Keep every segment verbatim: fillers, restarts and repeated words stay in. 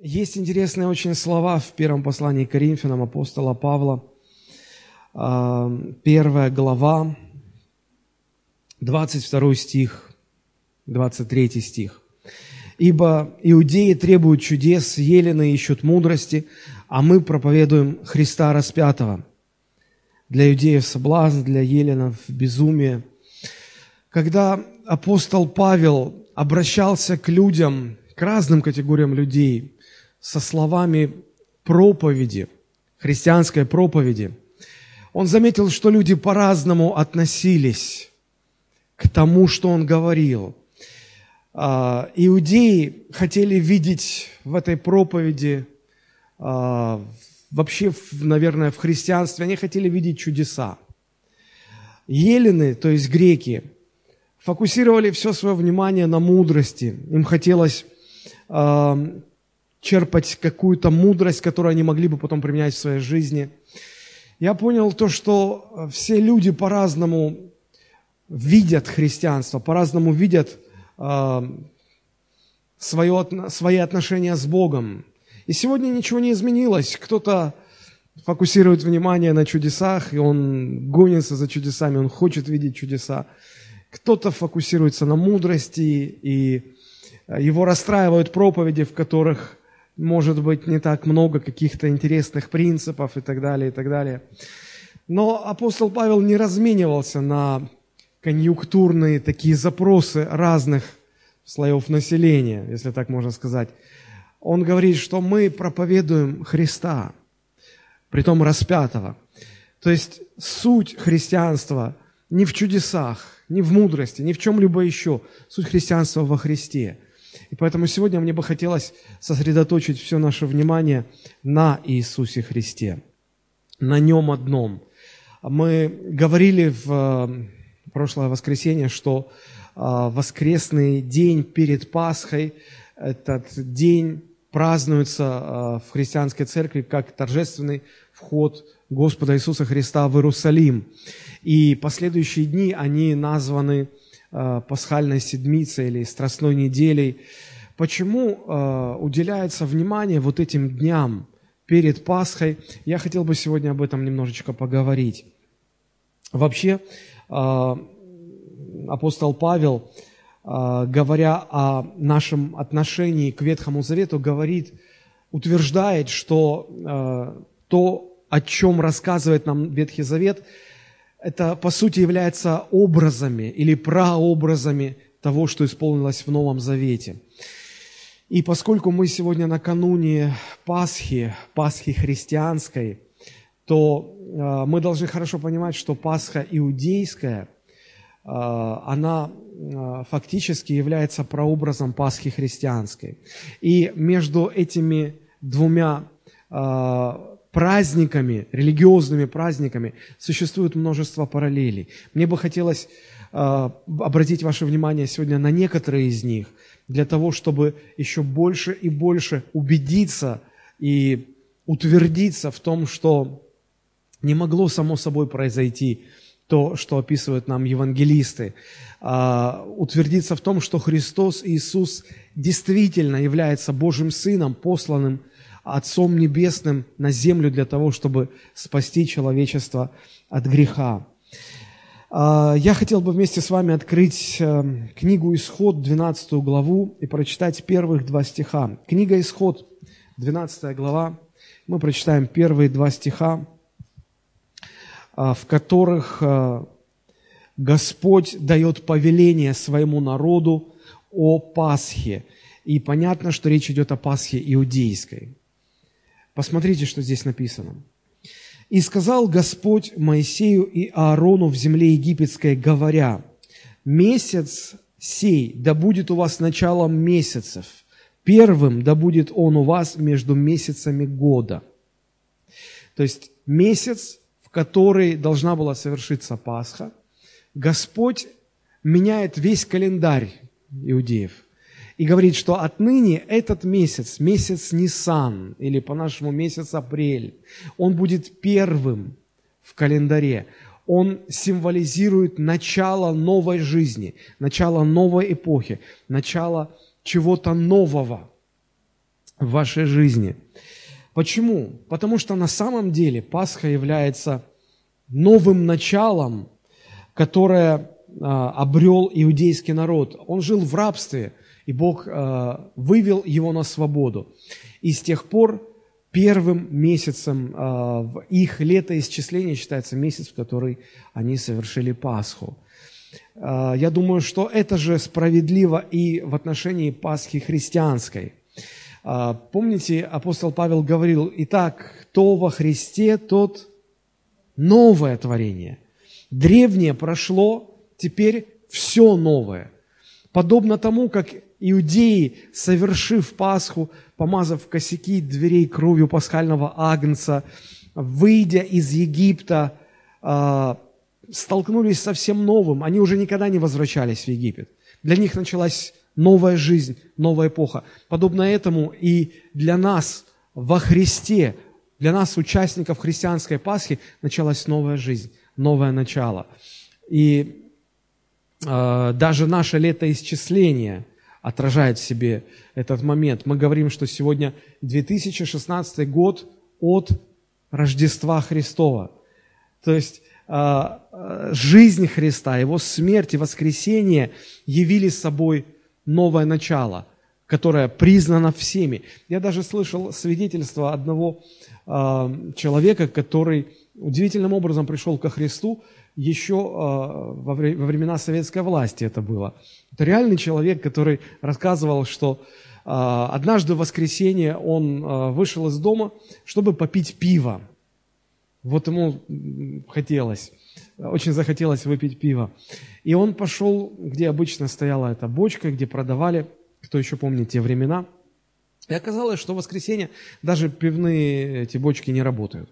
Есть интересные очень слова в первом послании к Коринфянам апостола Павла, первая глава, двадцать второй стих, двадцать третий стих. «Ибо иудеи требуют чудес, елены ищут мудрости, а мы проповедуем Христа распятого. Для иудеев соблазн, для еленов безумие». Когда апостол Павел обращался к людям, к разным категориям людей, со словами проповеди, христианской проповеди, он заметил, что люди по-разному относились к тому, что он говорил. Иудеи хотели видеть в этой проповеди, вообще, наверное, в христианстве, они хотели видеть чудеса. Елены, то есть греки, фокусировали все свое внимание на мудрости. Им хотелось э, черпать какую-то мудрость, которую они могли бы потом применять в своей жизни. Я понял то, что все люди по-разному видят христианство, по-разному видят э, свое, свои отношения с Богом. И сегодня ничего не изменилось. Кто-то фокусирует внимание на чудесах, и он гонится за чудесами, он хочет видеть чудеса. Кто-то фокусируется на мудрости, и его расстраивают проповеди, в которых, может быть, не так много каких-то интересных принципов и так далее, и так далее. Но апостол Павел не разменивался на конъюнктурные такие запросы разных слоев населения, если так можно сказать. Он говорит, что мы проповедуем Христа, притом распятого. То есть суть христианства не в чудесах, не в мудрости, не в чем-либо еще. Суть христианства во Христе. И поэтому сегодня мне бы хотелось сосредоточить все наше внимание на Иисусе Христе, на Нем одном. Мы говорили в прошлое воскресенье, что воскресный день перед Пасхой, этот день празднуется в христианской церкви как торжественный вход Господа Иисуса Христа в Иерусалим. И последующие дни, они названы э, пасхальной седмицей или страстной неделей. Почему э, уделяется внимание вот этим дням перед Пасхой? Я хотел бы сегодня об этом немножечко поговорить. Вообще, э, апостол Павел, э, говоря о нашем отношении к Ветхому Завету, говорит, утверждает, что э, то, о чем рассказывает нам Ветхий Завет, это, по сути, является образами или прообразами того, что исполнилось в Новом Завете. И поскольку мы сегодня накануне Пасхи, Пасхи христианской, то э, мы должны хорошо понимать, что Пасха иудейская, э, она э, фактически является прообразом Пасхи христианской. И между этими двумя э, праздниками, религиозными праздниками существует множество параллелей. Мне бы хотелось э, обратить ваше внимание сегодня на некоторые из них, для того, чтобы еще больше и больше убедиться и утвердиться в том, что не могло само собой произойти то, что описывают нам евангелисты, э, утвердиться в том, что Христос Иисус действительно является Божьим Сыном, посланным Отцом Небесным на землю для того, чтобы спасти человечество от греха. Я хотел бы вместе с вами открыть книгу «Исход», двенадцатую главу, и прочитать первых два стиха. Книга «Исход», двенадцатая глава, мы прочитаем первые два стиха, в которых Господь дает повеление своему народу о Пасхе. И понятно, что речь идет о Пасхе иудейской. Посмотрите, что здесь написано. «И сказал Господь Моисею и Аарону в земле египетской, говоря, месяц сей да будет у вас началом месяцев, первым да будет он у вас между месяцами года». То есть месяц, в который должна была совершиться Пасха, Господь меняет весь календарь иудеев. И говорит, что отныне этот месяц, месяц Нисан, или по-нашему месяц Апрель, он будет первым в календаре. Он символизирует начало новой жизни, начало новой эпохи, начало чего-то нового. в вашей жизни. Почему? Потому что на самом деле Пасха является новым началом, которое а, обрел иудейский народ. Он жил в рабстве, и Бог а, вывел его на свободу. И с тех пор первым месяцем а, в их летоисчислении считается месяц, в который они совершили Пасху. А, я думаю, что это же справедливо и в отношении Пасхи христианской. А, помните, апостол Павел говорил: «Итак, кто во Христе, тот новое творение. Древнее прошло, теперь все новое». Подобно тому, как иудеи, совершив Пасху, помазав косяки дверей кровью пасхального агнца, выйдя из Египта, столкнулись со всем новым. Они уже никогда не возвращались в Египет. Для них началась новая жизнь, новая эпоха. Подобно этому и для нас во Христе, для нас, участников христианской Пасхи, началась новая жизнь, новое начало. И э, даже наше летоисчисление отражает в себе этот момент. Мы говорим, что сегодня две тысячи шестнадцатый год от Рождества Христова. То есть э, жизнь Христа, Его смерть и воскресение явили собой новое начало, которое признано всеми. Я даже слышал свидетельство одного э, человека, который удивительным образом пришел ко Христу еще э, во, вре- во времена советской власти это было. Это реальный человек, который рассказывал, что э, однажды в воскресенье он э, вышел из дома, чтобы попить пиво. Вот ему хотелось, очень захотелось выпить пиво. И он пошел, где обычно стояла эта бочка, где продавали, кто еще помнит те времена. И оказалось, что в воскресенье даже пивные эти бочки не работают.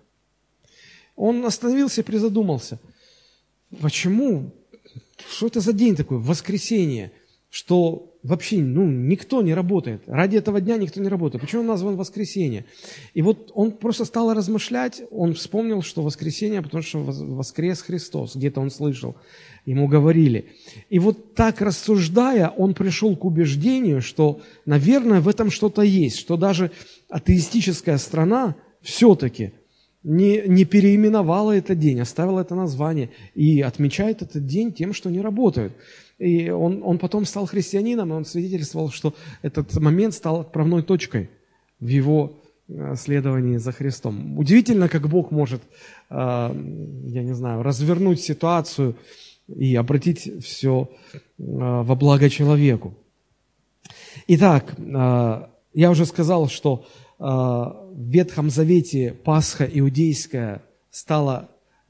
Он остановился и призадумался. Почему? Что это за день такой, воскресенье, что вообще ну, никто не работает. Ради этого дня никто не работает. Почему он назван воскресенье? И вот он просто стал размышлять, он вспомнил, что воскресенье, потому что воскрес Христос, где-то он слышал, ему говорили. И вот так рассуждая, он пришел к убеждению, что, наверное, в этом что-то есть, что даже атеистическая страна все-таки не, не переименовала этот день, оставила это название и отмечает этот день тем, что не работают. И он, он потом стал христианином, и он свидетельствовал, что этот момент стал отправной точкой в его следовании за Христом. Удивительно, как Бог может, я не знаю, развернуть ситуацию и обратить все во благо человеку. Итак, я уже сказал, что в Ветхом Завете Пасха иудейская стала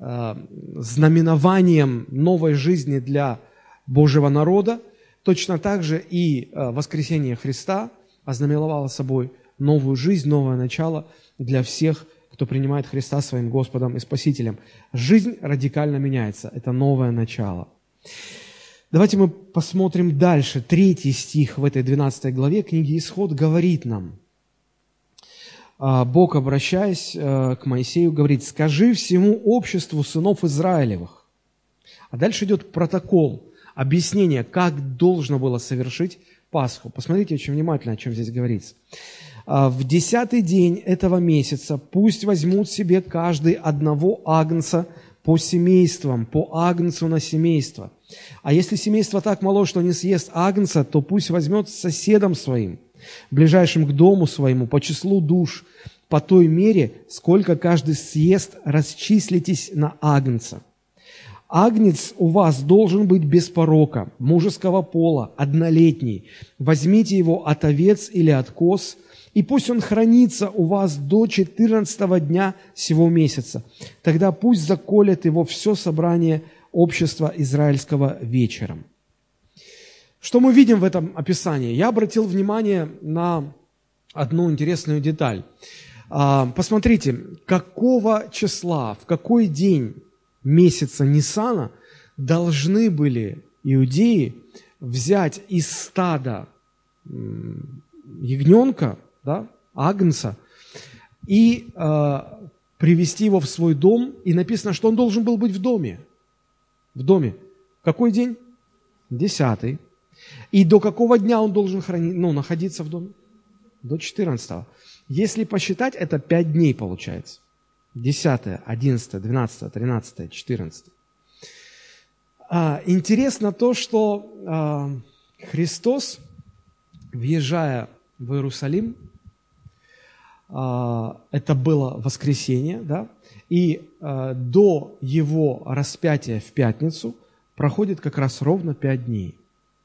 знаменованием новой жизни для Божьего народа. Точно так же и воскресение Христа ознаменовало собой новую жизнь, новое начало для всех, кто принимает Христа своим Господом и Спасителем. Жизнь радикально меняется. Это новое начало. Давайте мы посмотрим дальше. Третий стих в этой двенадцатой главе книги Исход говорит нам. Бог, обращаясь к Моисею, говорит: «Скажи всему обществу сынов Израилевых». А дальше идет протокол, объяснение, как должно было совершить Пасху. Посмотрите очень внимательно, о чем здесь говорится. «В десятый день этого месяца пусть возьмут себе каждый одного агнца по семействам, по агнцу на семейство. А если семейство так мало, что не съест агнца, то пусть возьмет с соседом своим, ближайшим к дому своему, по числу душ, по той мере, сколько каждый съест, расчислитесь на агнца. Агнец у вас должен быть без порока, мужеского пола, однолетний. Возьмите его от овец или от коз, и пусть он хранится у вас до четырнадцатого дня сего месяца. Тогда пусть заколет его все собрание общества израильского вечером». Что мы видим в этом описании? Я обратил внимание на одну интересную деталь. Посмотрите, какого числа, в какой день месяца Ниссана должны были иудеи взять из стада ягненка, да, агнца, и э, привести его в свой дом. И написано, что он должен был быть в доме. В доме. Какой день? Десятый. И до какого дня он должен хранить, ну, находиться в доме? до четырнадцатого. Если посчитать, это пять дней получается. десятое, одиннадцатое, двенадцатое, тринадцатое, четырнадцатое. А, интересно то, что а, Христос, въезжая в Иерусалим, а, это было воскресенье, да, и а, до Его распятия в пятницу проходит как раз ровно пять дней.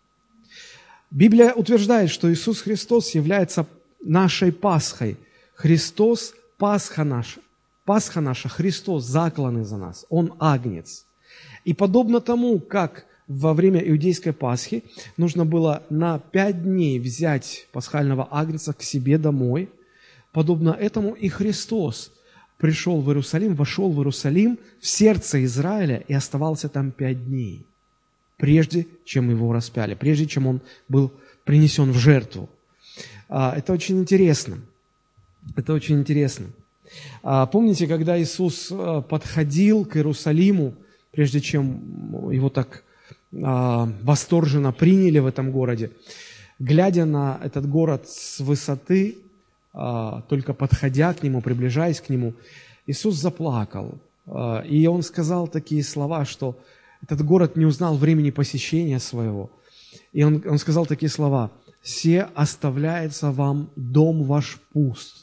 Библия утверждает, что Иисус Христос является нашей Пасхой. Христос – Пасха наша. Пасха наша, Христос закланный за нас. Он агнец. И подобно тому, как во время иудейской Пасхи нужно было на пять дней взять пасхального агнца к себе домой, подобно этому и Христос пришел в Иерусалим, вошел в Иерусалим, в сердце Израиля и оставался там пять дней, прежде чем его распяли, прежде чем он был принесен в жертву. Это очень интересно. Это очень интересно. Помните, когда Иисус подходил к Иерусалиму, прежде чем его так восторженно приняли в этом городе, глядя на этот город с высоты, только подходя к нему, приближаясь к нему, Иисус заплакал. И он сказал такие слова, что этот город не узнал времени посещения своего. И он, он сказал такие слова: «Се оставляется вам дом ваш пуст».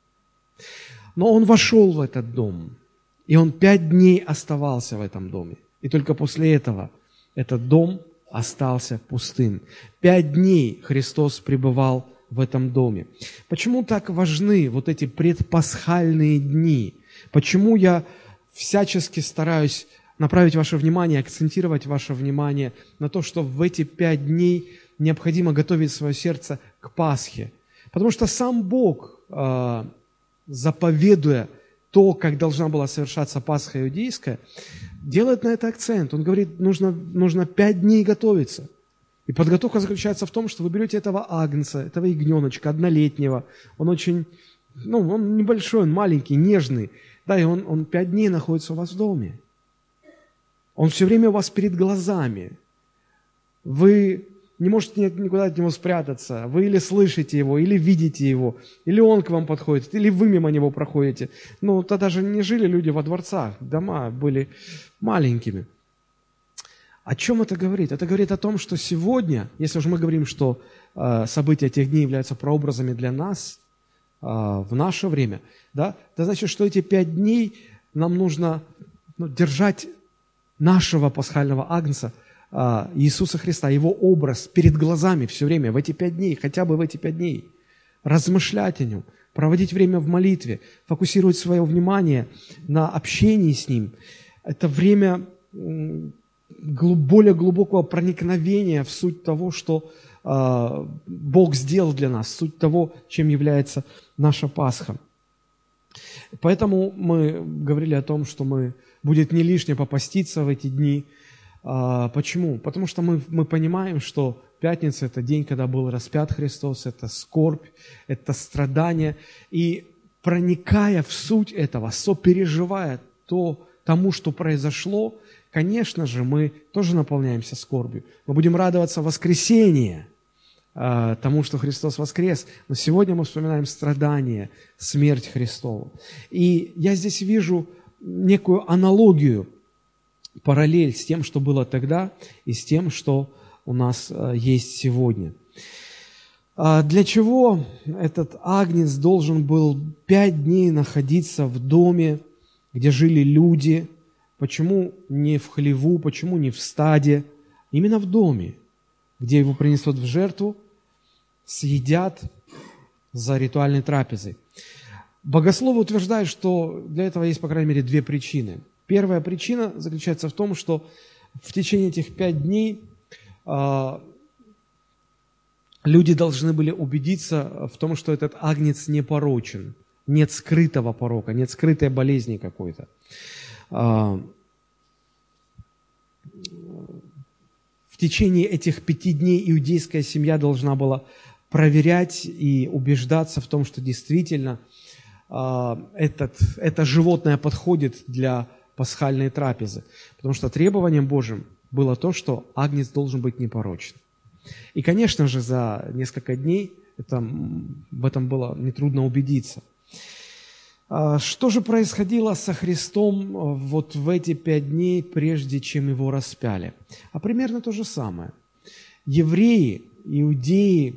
Но он вошел в этот дом, и он пять дней оставался в этом доме. И только после этого этот дом остался пустым. Пять дней Христос пребывал в этом доме. Почему так важны вот эти предпасхальные дни? Почему я всячески стараюсь направить ваше внимание, акцентировать ваше внимание на то, что в эти пять дней необходимо готовить свое сердце к Пасхе? Потому что сам Бог, заповедуя то, как должна была совершаться Пасха иудейская, делает на это акцент. Он говорит, нужно, нужно пять дней готовиться. И подготовка заключается в том, что вы берете этого агнца, этого ягненочка, однолетнего. Он очень, ну, он небольшой, он маленький, нежный. Да, и он, он пять дней находится у вас в доме. Он все время у вас перед глазами. Вы не можете никуда от него спрятаться. Вы или слышите его, или видите его, или он к вам подходит, или вы мимо него проходите. Ну, тогда же не жили люди во дворцах, дома были маленькими. О чем это говорит? Это говорит о том, что сегодня, если уж мы говорим, что э, события тех дней являются прообразами для нас э, в наше время, да, это значит, что эти пять дней нам нужно ну, держать нашего пасхального агнца, э, Иисуса Христа, Его образ перед глазами все время, в эти пять дней, хотя бы в эти пять дней, размышлять о Нем, проводить время в молитве, фокусировать свое внимание на общении с Ним. Это время более глубокого проникновения в суть того, что э, Бог сделал для нас, суть того, чем является наша Пасха. Поэтому мы говорили о том, что мы, будет не лишнее попаститься в эти дни. Э, почему? Потому что мы, мы понимаем, что пятница – это день, когда был распят Христос, это скорбь, это страдание. И проникая в суть этого, сопереживая то, тому, что произошло, конечно же, мы тоже наполняемся скорбью. Мы будем радоваться воскресению, э, тому, что Христос воскрес. Но сегодня мы вспоминаем страдания, смерть Христову. И я здесь вижу некую аналогию, параллель с тем, что было тогда, и с тем, что у нас э, есть сегодня. А для чего этот агнец должен был пять дней находиться в доме, где жили люди? Почему не в хлеву, почему не в стаде? Именно в доме, где его принесут в жертву, съедят за ритуальной трапезой. Богословы утверждают, что для этого есть, по крайней мере, две причины. Первая причина заключается в том, что в течение этих пять дней э, люди должны были убедиться в том, что этот агнец непорочен, нет скрытого порока, нет скрытой болезни какой-то. В течение этих пяти дней иудейская семья должна была проверять и убеждаться в том, что действительно этот, это животное подходит для пасхальной трапезы. Потому что требованием Божьим было то, что агнец должен быть непорочен. И, конечно же, за несколько дней Это, в этом было нетрудно убедиться. Что же происходило со Христом вот в эти пять дней, прежде чем Его распяли? А примерно то же самое. Евреи, иудеи,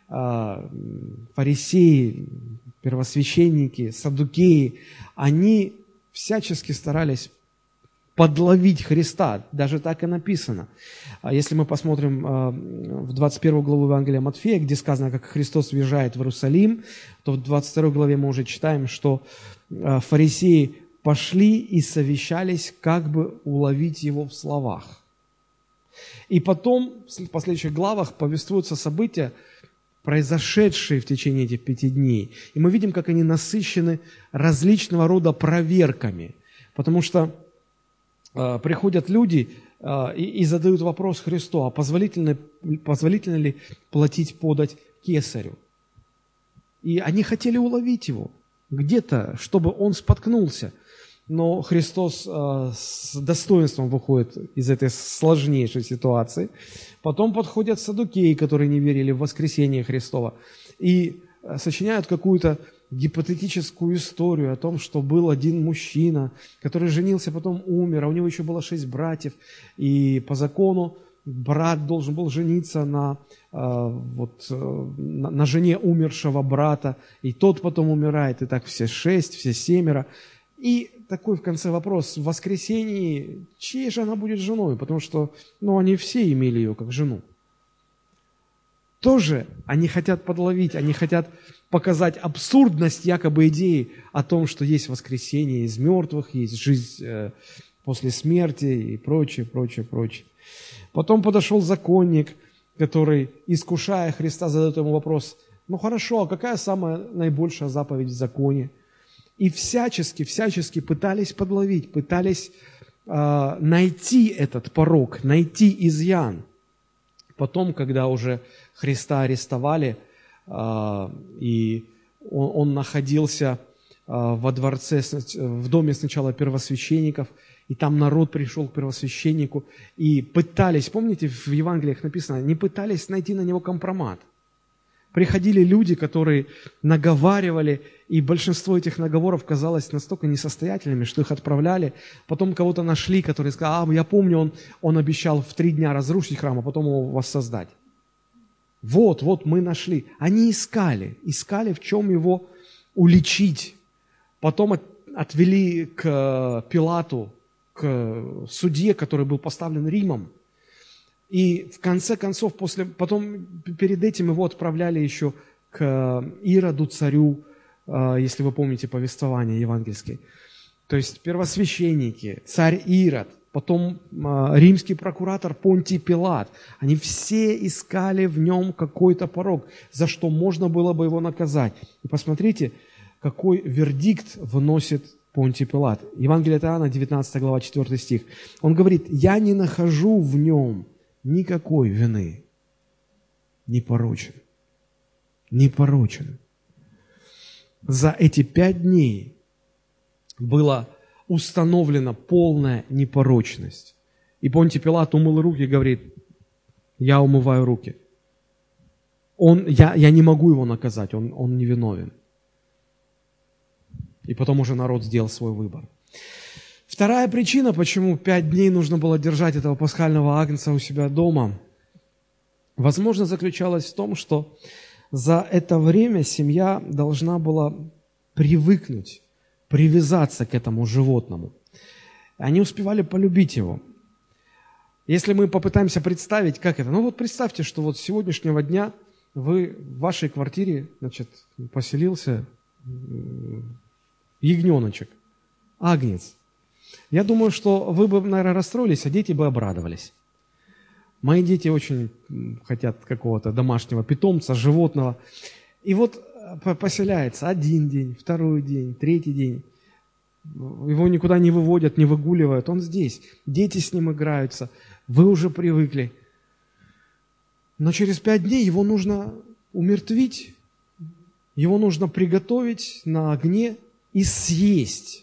фарисеи, первосвященники, саддукеи, они всячески старались подловить Христа, даже так и написано. Если мы посмотрим в двадцать первую главу Евангелия Матфея, где сказано, как Христос въезжает в Иерусалим, то в двадцать второй главе мы уже читаем, что фарисеи пошли и совещались, как бы уловить Его в словах. И потом, в последующих главах, повествуются события, произошедшие в течение этих пяти дней. И мы видим, как они насыщены различного рода проверками, потому что э, приходят люди э, и, и задают вопрос Христу, а позволительно, позволительно ли платить подать кесарю? И они хотели уловить Его где-то, чтобы Он споткнулся. Но Христос э, с достоинством выходит из этой сложнейшей ситуации. Потом подходят саддукеи, которые не верили в воскресение Христова, и сочиняют какую-то гипотетическую историю о том, что был один мужчина, который женился, потом умер, а у него еще было шесть братьев, и по закону брат должен был жениться на, э, вот, э, на, на жене умершего брата, и тот потом умирает, и так все шесть, все семеро. И такой в конце вопрос: в воскресении чьей же она будет женой? Потому что, ну, они все имели ее как жену. Тоже они хотят подловить, они хотят показать абсурдность якобы идеи о том, что есть воскресение из мертвых, есть жизнь э, после смерти и прочее, прочее, прочее. Потом подошел законник, который, искушая Христа, задает ему вопрос: ну хорошо, а какая самая наибольшая заповедь в законе? И всячески, всячески пытались подловить, пытались э, найти этот порок, найти изъян. Потом, когда уже Христа арестовали, э, и он, он находился э, во дворце, в доме сначала первосвященников, и там народ пришел к первосвященнику, и пытались, помните, в Евангелиях написано, не пытались найти на него компромат. Приходили люди, которые наговаривали, и большинство этих наговоров казалось настолько несостоятельными, что их отправляли. Потом кого-то нашли, который сказал: а, я помню, он, он обещал в три дня разрушить храм, а потом его воссоздать. Вот, вот мы нашли. Они искали, искали, в чем его уличить. Потом от, отвели к Пилату, к судье, который был поставлен Римом. И в конце концов, после, потом перед этим его отправляли еще к Ироду, царю, если вы помните повествование евангельское. То есть первосвященники, царь Ирод, потом римский прокуратор Понтий Пилат. Они все искали в нем какой-то порок, за что можно было бы его наказать. И посмотрите, какой вердикт выносит Понтий Пилат. Евангелие от Иоанна, девятнадцатая глава, четвёртый стих. Он говорит: «Я не нахожу в нем никакой вины, не порочен, не порочен». За эти пять дней была установлена полная непорочность. И Понтий Пилат умыл руки и говорит: я умываю руки. Он, я, я не могу его наказать, он, он невиновен. И потом уже народ сделал свой выбор. Вторая причина, почему пять дней нужно было держать этого пасхального агнца у себя дома, возможно, заключалась в том, что за это время семья должна была привыкнуть, привязаться к этому животному. Они успевали полюбить его. Если мы попытаемся представить, как это, ну вот представьте, что вот с сегодняшнего дня вы в вашей квартире, значит, поселился ягненочек, агнец. Я думаю, что вы бы, наверное, расстроились, а дети бы обрадовались. Мои дети очень хотят какого-то домашнего питомца, животного. И вот поселяется один день, второй день, третий день. Его никуда не выводят, не выгуливают. Он здесь. Дети с ним играются. Вы уже привыкли. Но через пять дней его нужно умертвить. Его нужно приготовить на огне и съесть.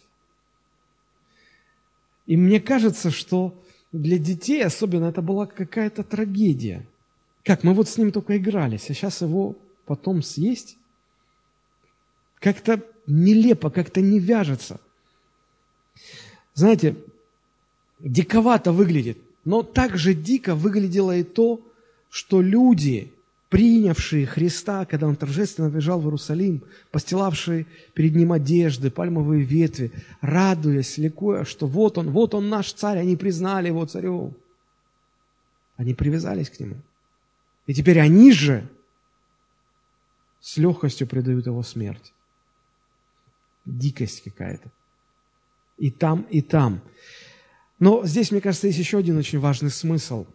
И мне кажется, что для детей особенно это была какая-то трагедия. Как, мы вот с ним только игрались, а сейчас его потом съесть? Как-то нелепо, как-то не вяжется. Знаете, диковато выглядит, но также дико выглядело и то, что люди, принявшие Христа, когда Он торжественно въезжал в Иерусалим, постилавшие перед Ним одежды, пальмовые ветви, радуясь, ликуя, что вот Он, вот Он наш царь, они признали Его царем. Они привязались к Нему. И теперь они же с легкостью предают Его смерти. Дикость какая-то. И там, и там. Но здесь, мне кажется, есть еще один очень важный смысл.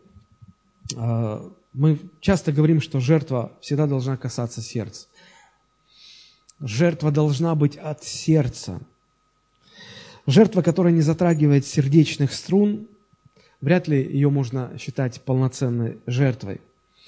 Мы часто говорим, что жертва всегда должна касаться сердца. Жертва должна быть от сердца. Жертва, которая не затрагивает сердечных струн, вряд ли ее можно считать полноценной жертвой.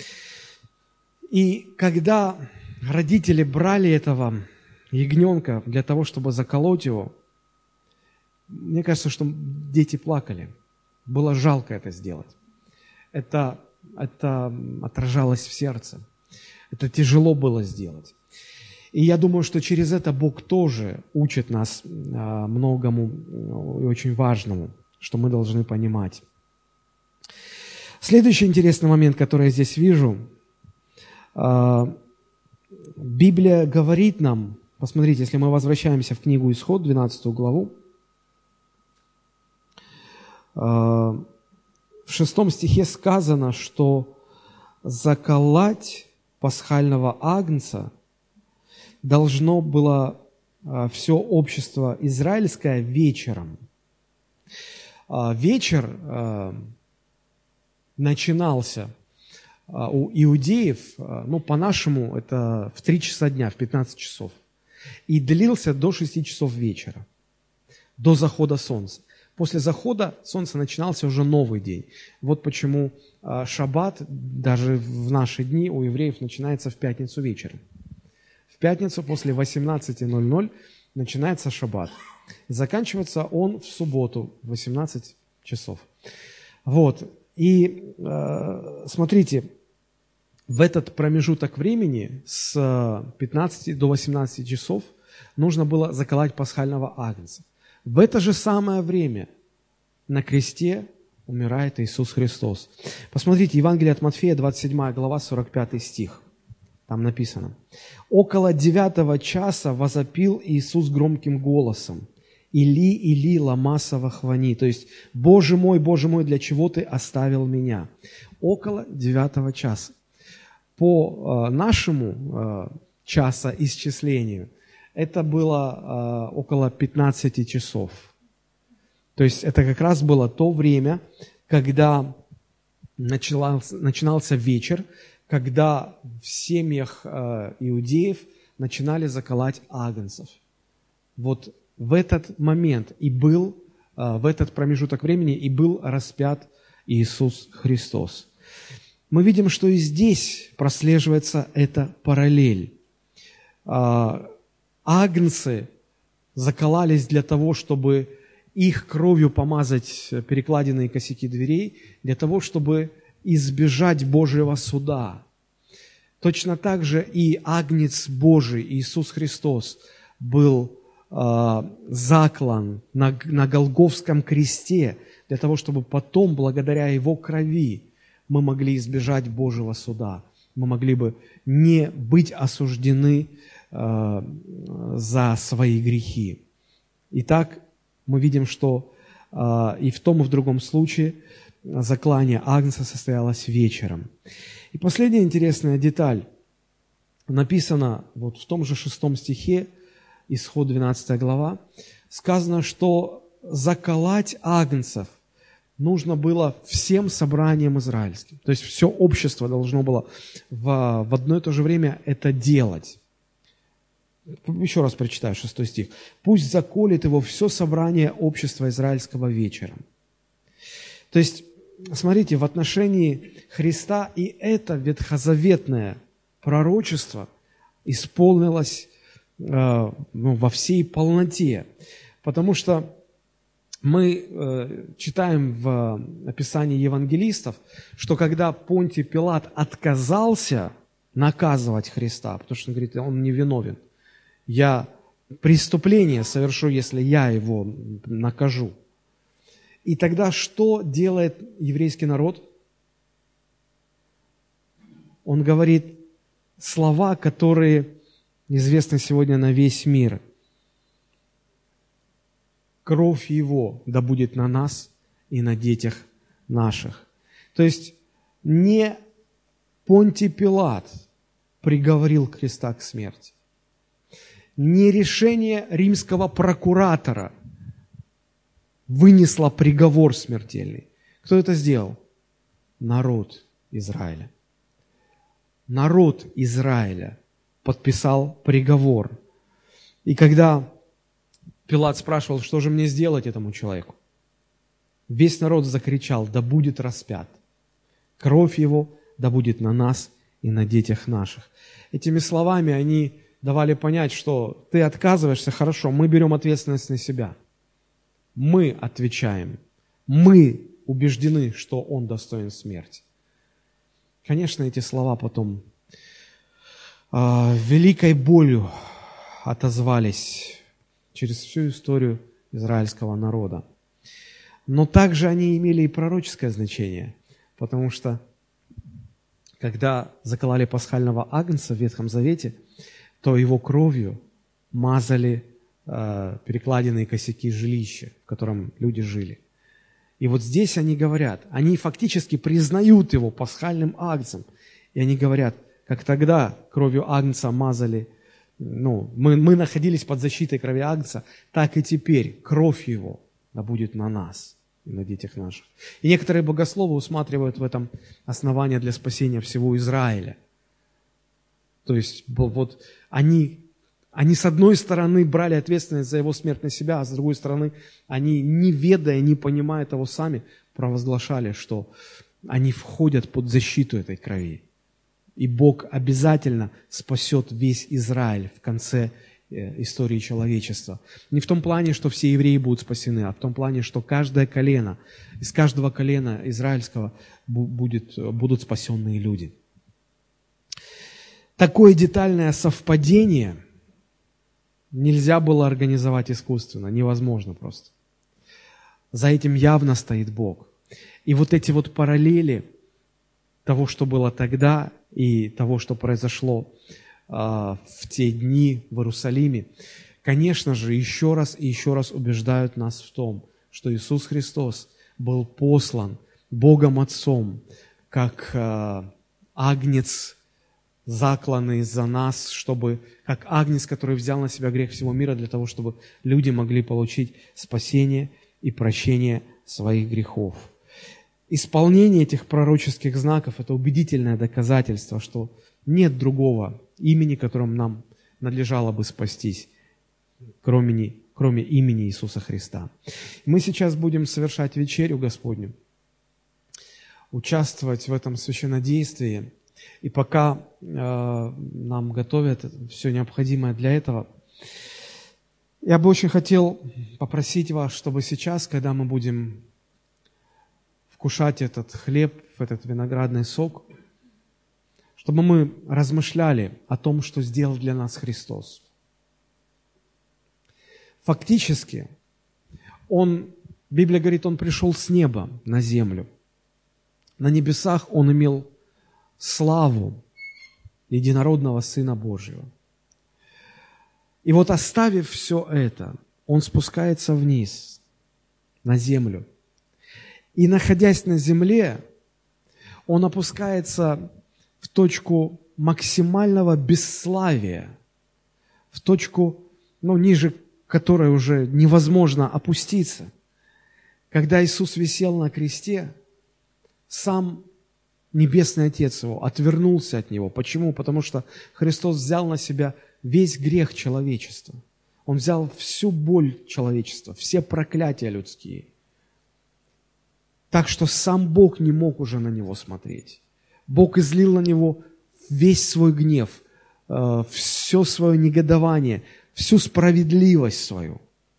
И когда родители брали этого ягненка для того, чтобы заколоть его, мне кажется, что дети плакали. Было жалко это сделать. Это, это отражалось в сердце. Это тяжело было сделать. И я думаю, что через это Бог тоже учит нас многому и очень важному, что мы должны понимать. Следующий интересный момент, который я здесь вижу. Библия говорит нам, посмотрите, если мы возвращаемся в книгу Исход, двенадцатую главу, в шестом стихе сказано, что заколоть пасхального агнца должно было все общество израильское вечером. Вечер начинался у иудеев, ну, по-нашему, это в три часа дня, в пятнадцать часов, и длился до шести часов вечера, до захода солнца. После захода солнца начинался уже новый день. Вот почему шаббат даже в наши дни у евреев начинается в пятницу вечером. В пятницу после восемнадцати ноль-ноль начинается шаббат. Заканчивается он в субботу в восемнадцать часов. Вот. И э, смотрите, в этот промежуток времени с пятнадцати до восемнадцати часов нужно было заколоть пасхального агнца. В это же самое время на кресте умирает Иисус Христос. Посмотрите, Евангелие от Матфея, двадцать седьмая глава, сорок пятый стих. Там написано: «Около девятого часа возопил Иисус громким голосом: Или, Или, лама савахвани», то есть «Боже мой, Боже мой, для чего Ты оставил меня?» Около девятого часа. По э, нашему э, часа исчислению это было э, около пятнадцати часов. То есть это как раз было то время, когда начинался, начинался вечер, когда в семьях э, иудеев начинали заколоть агнцев. Вот в этот момент и был, э, в этот промежуток времени и был распят Иисус Христос. Мы видим, что и здесь прослеживается эта параллель. Э, агнцы закололись для того, чтобы их кровью помазать перекладины и косяки дверей, для того, чтобы избежать Божьего суда. Точно так же и Агнец Божий, Иисус Христос, был э, заклан на, на Голгофском кресте, для того, чтобы потом, благодаря Его крови, мы могли избежать Божьего суда. Мы могли бы не быть осуждены э, за свои грехи. Итак, мы видим, что э, и в том, и в другом случае заклание агнца состоялось вечером. И последняя интересная деталь. Написано вот в том же шестом стихе, Исход двенадцатая глава, сказано, что заколоть агнцев нужно было всем собраниям израильским. То есть все общество должно было в, в одно и то же время это делать. Еще раз прочитаю шестой стих. «Пусть заколет его все собрание общества израильского вечером». То есть, смотрите, в отношении Христа и это ветхозаветное пророчество исполнилось э, ну, во всей полноте. Потому что мы э, читаем в описании евангелистов, что когда Понтий Пилат отказался наказывать Христа, потому что он говорит, он не виновен. Я преступление совершу, если я его накажу. И тогда что делает еврейский народ? Он говорит слова, которые известны сегодня на весь мир. Кровь Его да будет на нас и на детях наших. То есть не Понтий Пилат приговорил Христа к смерти. Не решение римского прокуратора вынесло приговор смертельный. Кто это сделал? Народ Израиля. Народ Израиля подписал приговор. И когда Пилат спрашивал, что же мне сделать этому человеку, весь народ закричал, да будет распят. Кровь его да будет на нас и на детях наших. Этими словами они давали понять, что ты отказываешься, хорошо, мы берем ответственность на себя. Мы отвечаем. Мы убеждены, что он достоин смерти. Конечно, эти слова потом э, великой болью отозвались через всю историю израильского народа. Но также они имели и пророческое значение, потому что когда закололи пасхального агнца в Ветхом Завете, то его кровью мазали э, перекладины и косяки жилища, в котором люди жили. И вот здесь они говорят, они фактически признают его пасхальным агнцем. И они говорят, как тогда кровью агнца мазали, ну, мы, мы находились под защитой крови агнца, так и теперь кровь его да будет на нас и на детях наших. И некоторые богословы усматривают в этом основание для спасения всего Израиля. То есть вот они, они с одной стороны брали ответственность за его смерть на себя, а с другой стороны они, не ведая, не понимая того сами, провозглашали, что они входят под защиту этой крови. И Бог обязательно спасет весь Израиль в конце истории человечества. Не в том плане, что все евреи будут спасены, а в том плане, что каждое колено, из каждого колена израильского будет, будут спасенные люди. Такое детальное совпадение нельзя было организовать искусственно, невозможно просто. За этим явно стоит Бог. И вот эти вот параллели того, что было тогда, и того, что произошло э, в те дни в Иерусалиме, конечно же, еще раз и еще раз убеждают нас в том, что Иисус Христос был послан Богом Отцом, как э, агнец, закланный за нас, чтобы, как агнец, который взял на себя грех всего мира, для того, чтобы люди могли получить спасение и прощение своих грехов. Исполнение этих пророческих знаков – это убедительное доказательство, что нет другого имени, которым нам надлежало бы спастись, кроме, кроме имени Иисуса Христа. Мы сейчас будем совершать вечерю Господню, участвовать в этом священнодействии. И пока э, нам готовят все необходимое для этого, я бы очень хотел попросить вас, чтобы сейчас, когда мы будем вкушать этот хлеб, этот виноградный сок, чтобы мы размышляли о том, что сделал для нас Христос. Фактически, Он, Библия говорит, Он пришел с неба на землю. На небесах Он имел славу единородного Сына Божьего. И вот оставив все это, Он спускается вниз, на землю. И, находясь на земле, Он опускается в точку максимального бесславия, в точку, ну, ниже которой уже невозможно опуститься. Когда Иисус висел на кресте, сам Небесный Отец Его отвернулся от Него. Почему? Потому что Христос взял на себя весь грех человечества. Он взял всю боль человечества, все проклятия людские. Так что сам Бог не мог уже на Него смотреть. Бог излил на Него весь свой гнев, все свое негодование, всю справедливость свою.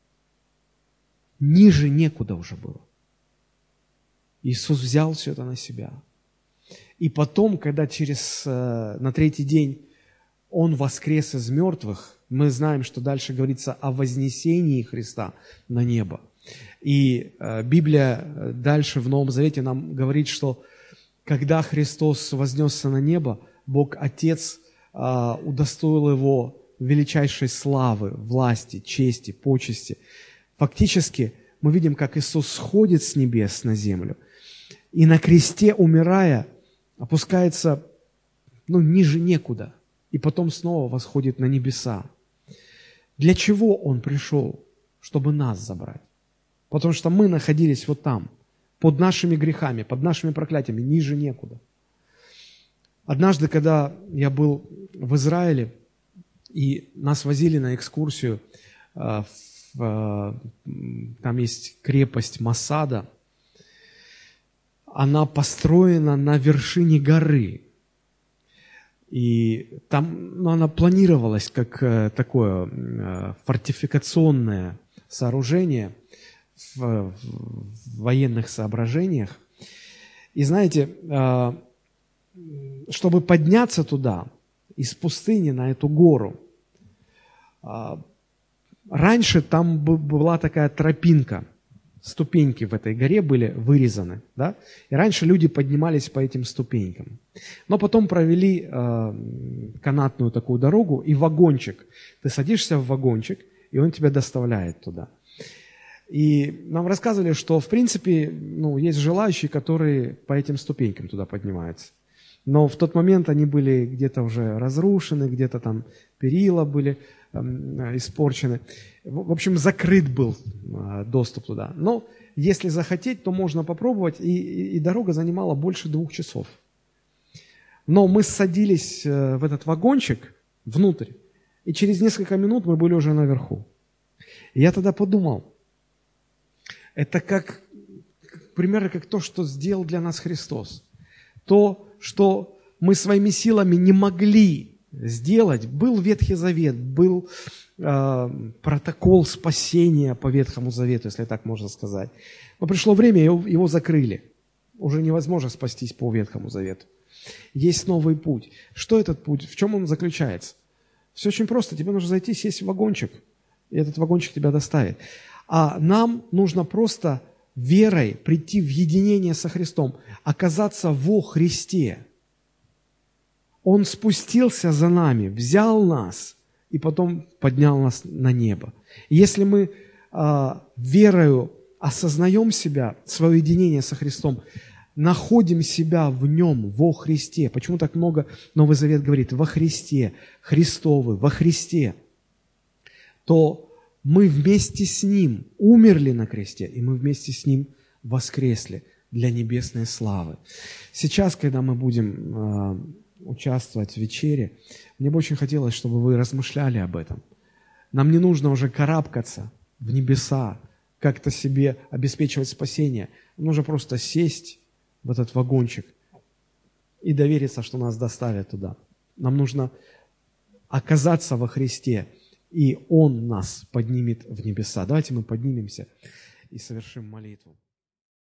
Ниже некуда уже было. Иисус взял все это на себя. И потом, когда через, на третий день Он воскрес из мертвых, мы знаем, что дальше говорится о вознесении Христа на небо. И Библия дальше в Новом Завете нам говорит, что когда Христос вознесся на небо, Бог Отец удостоил Его величайшей славы, власти, чести, почести. Фактически мы видим, как Иисус сходит с небес на землю и на кресте, умирая, опускается ну, ниже некуда, и потом снова восходит на небеса. Для чего Он пришел? Чтобы нас забрать. Потому что мы находились вот там, под нашими грехами, под нашими проклятиями, ниже некуда. Однажды, когда я был в Израиле, и нас возили на экскурсию, в, там есть крепость Масада, она построена на вершине горы. И там ну, она планировалась как такое фортификационное сооружение в, в военных соображениях. И знаете, чтобы подняться туда, из пустыни на эту гору, раньше там была такая тропинка, ступеньки в этой горе были вырезаны, да? И раньше люди поднимались по этим ступенькам. Но потом провели э, канатную такую дорогу и вагончик. Ты садишься в вагончик, и он тебя доставляет туда. И нам рассказывали, что, в принципе, ну, есть желающие, которые по этим ступенькам туда поднимаются. Но в тот момент они были где-то уже разрушены, где-то там перила были э, испорчены. В общем, закрыт был э, доступ туда. Но если захотеть, то можно попробовать, и, и, и дорога занимала больше двух часов. Но мы садились э, в этот вагончик внутрь, и через несколько минут мы были уже наверху. И я тогда подумал, это как, примерно как то, что сделал для нас Христос. То, что мы своими силами не могли сделать. Был Ветхий Завет, был э, протокол спасения по Ветхому Завету, если так можно сказать. Но пришло время, его, его закрыли. Уже невозможно спастись по Ветхому Завету. Есть новый путь. Что этот путь? В чем он заключается? Все очень просто. Тебе нужно зайти, сесть в вагончик, и этот вагончик тебя доставит. А нам нужно просто верой прийти в единение со Христом, оказаться во Христе. Он спустился за нами, взял нас и потом поднял нас на небо. И если мы а, верою осознаем себя, свое единение со Христом, находим себя в Нем, во Христе. Почему так много Новый Завет говорит? Во Христе, Христовы, во Христе. То мы вместе с Ним умерли на кресте, и мы вместе с Ним воскресли для небесной славы. Сейчас, когда мы будем э, участвовать в вечере, мне бы очень хотелось, чтобы вы размышляли об этом. Нам не нужно уже карабкаться в небеса, как-то себе обеспечивать спасение. Нужно просто сесть в этот вагончик и довериться, что нас доставят туда. Нам нужно оказаться во Христе, и Он нас поднимет в небеса. Давайте мы поднимемся и совершим молитву.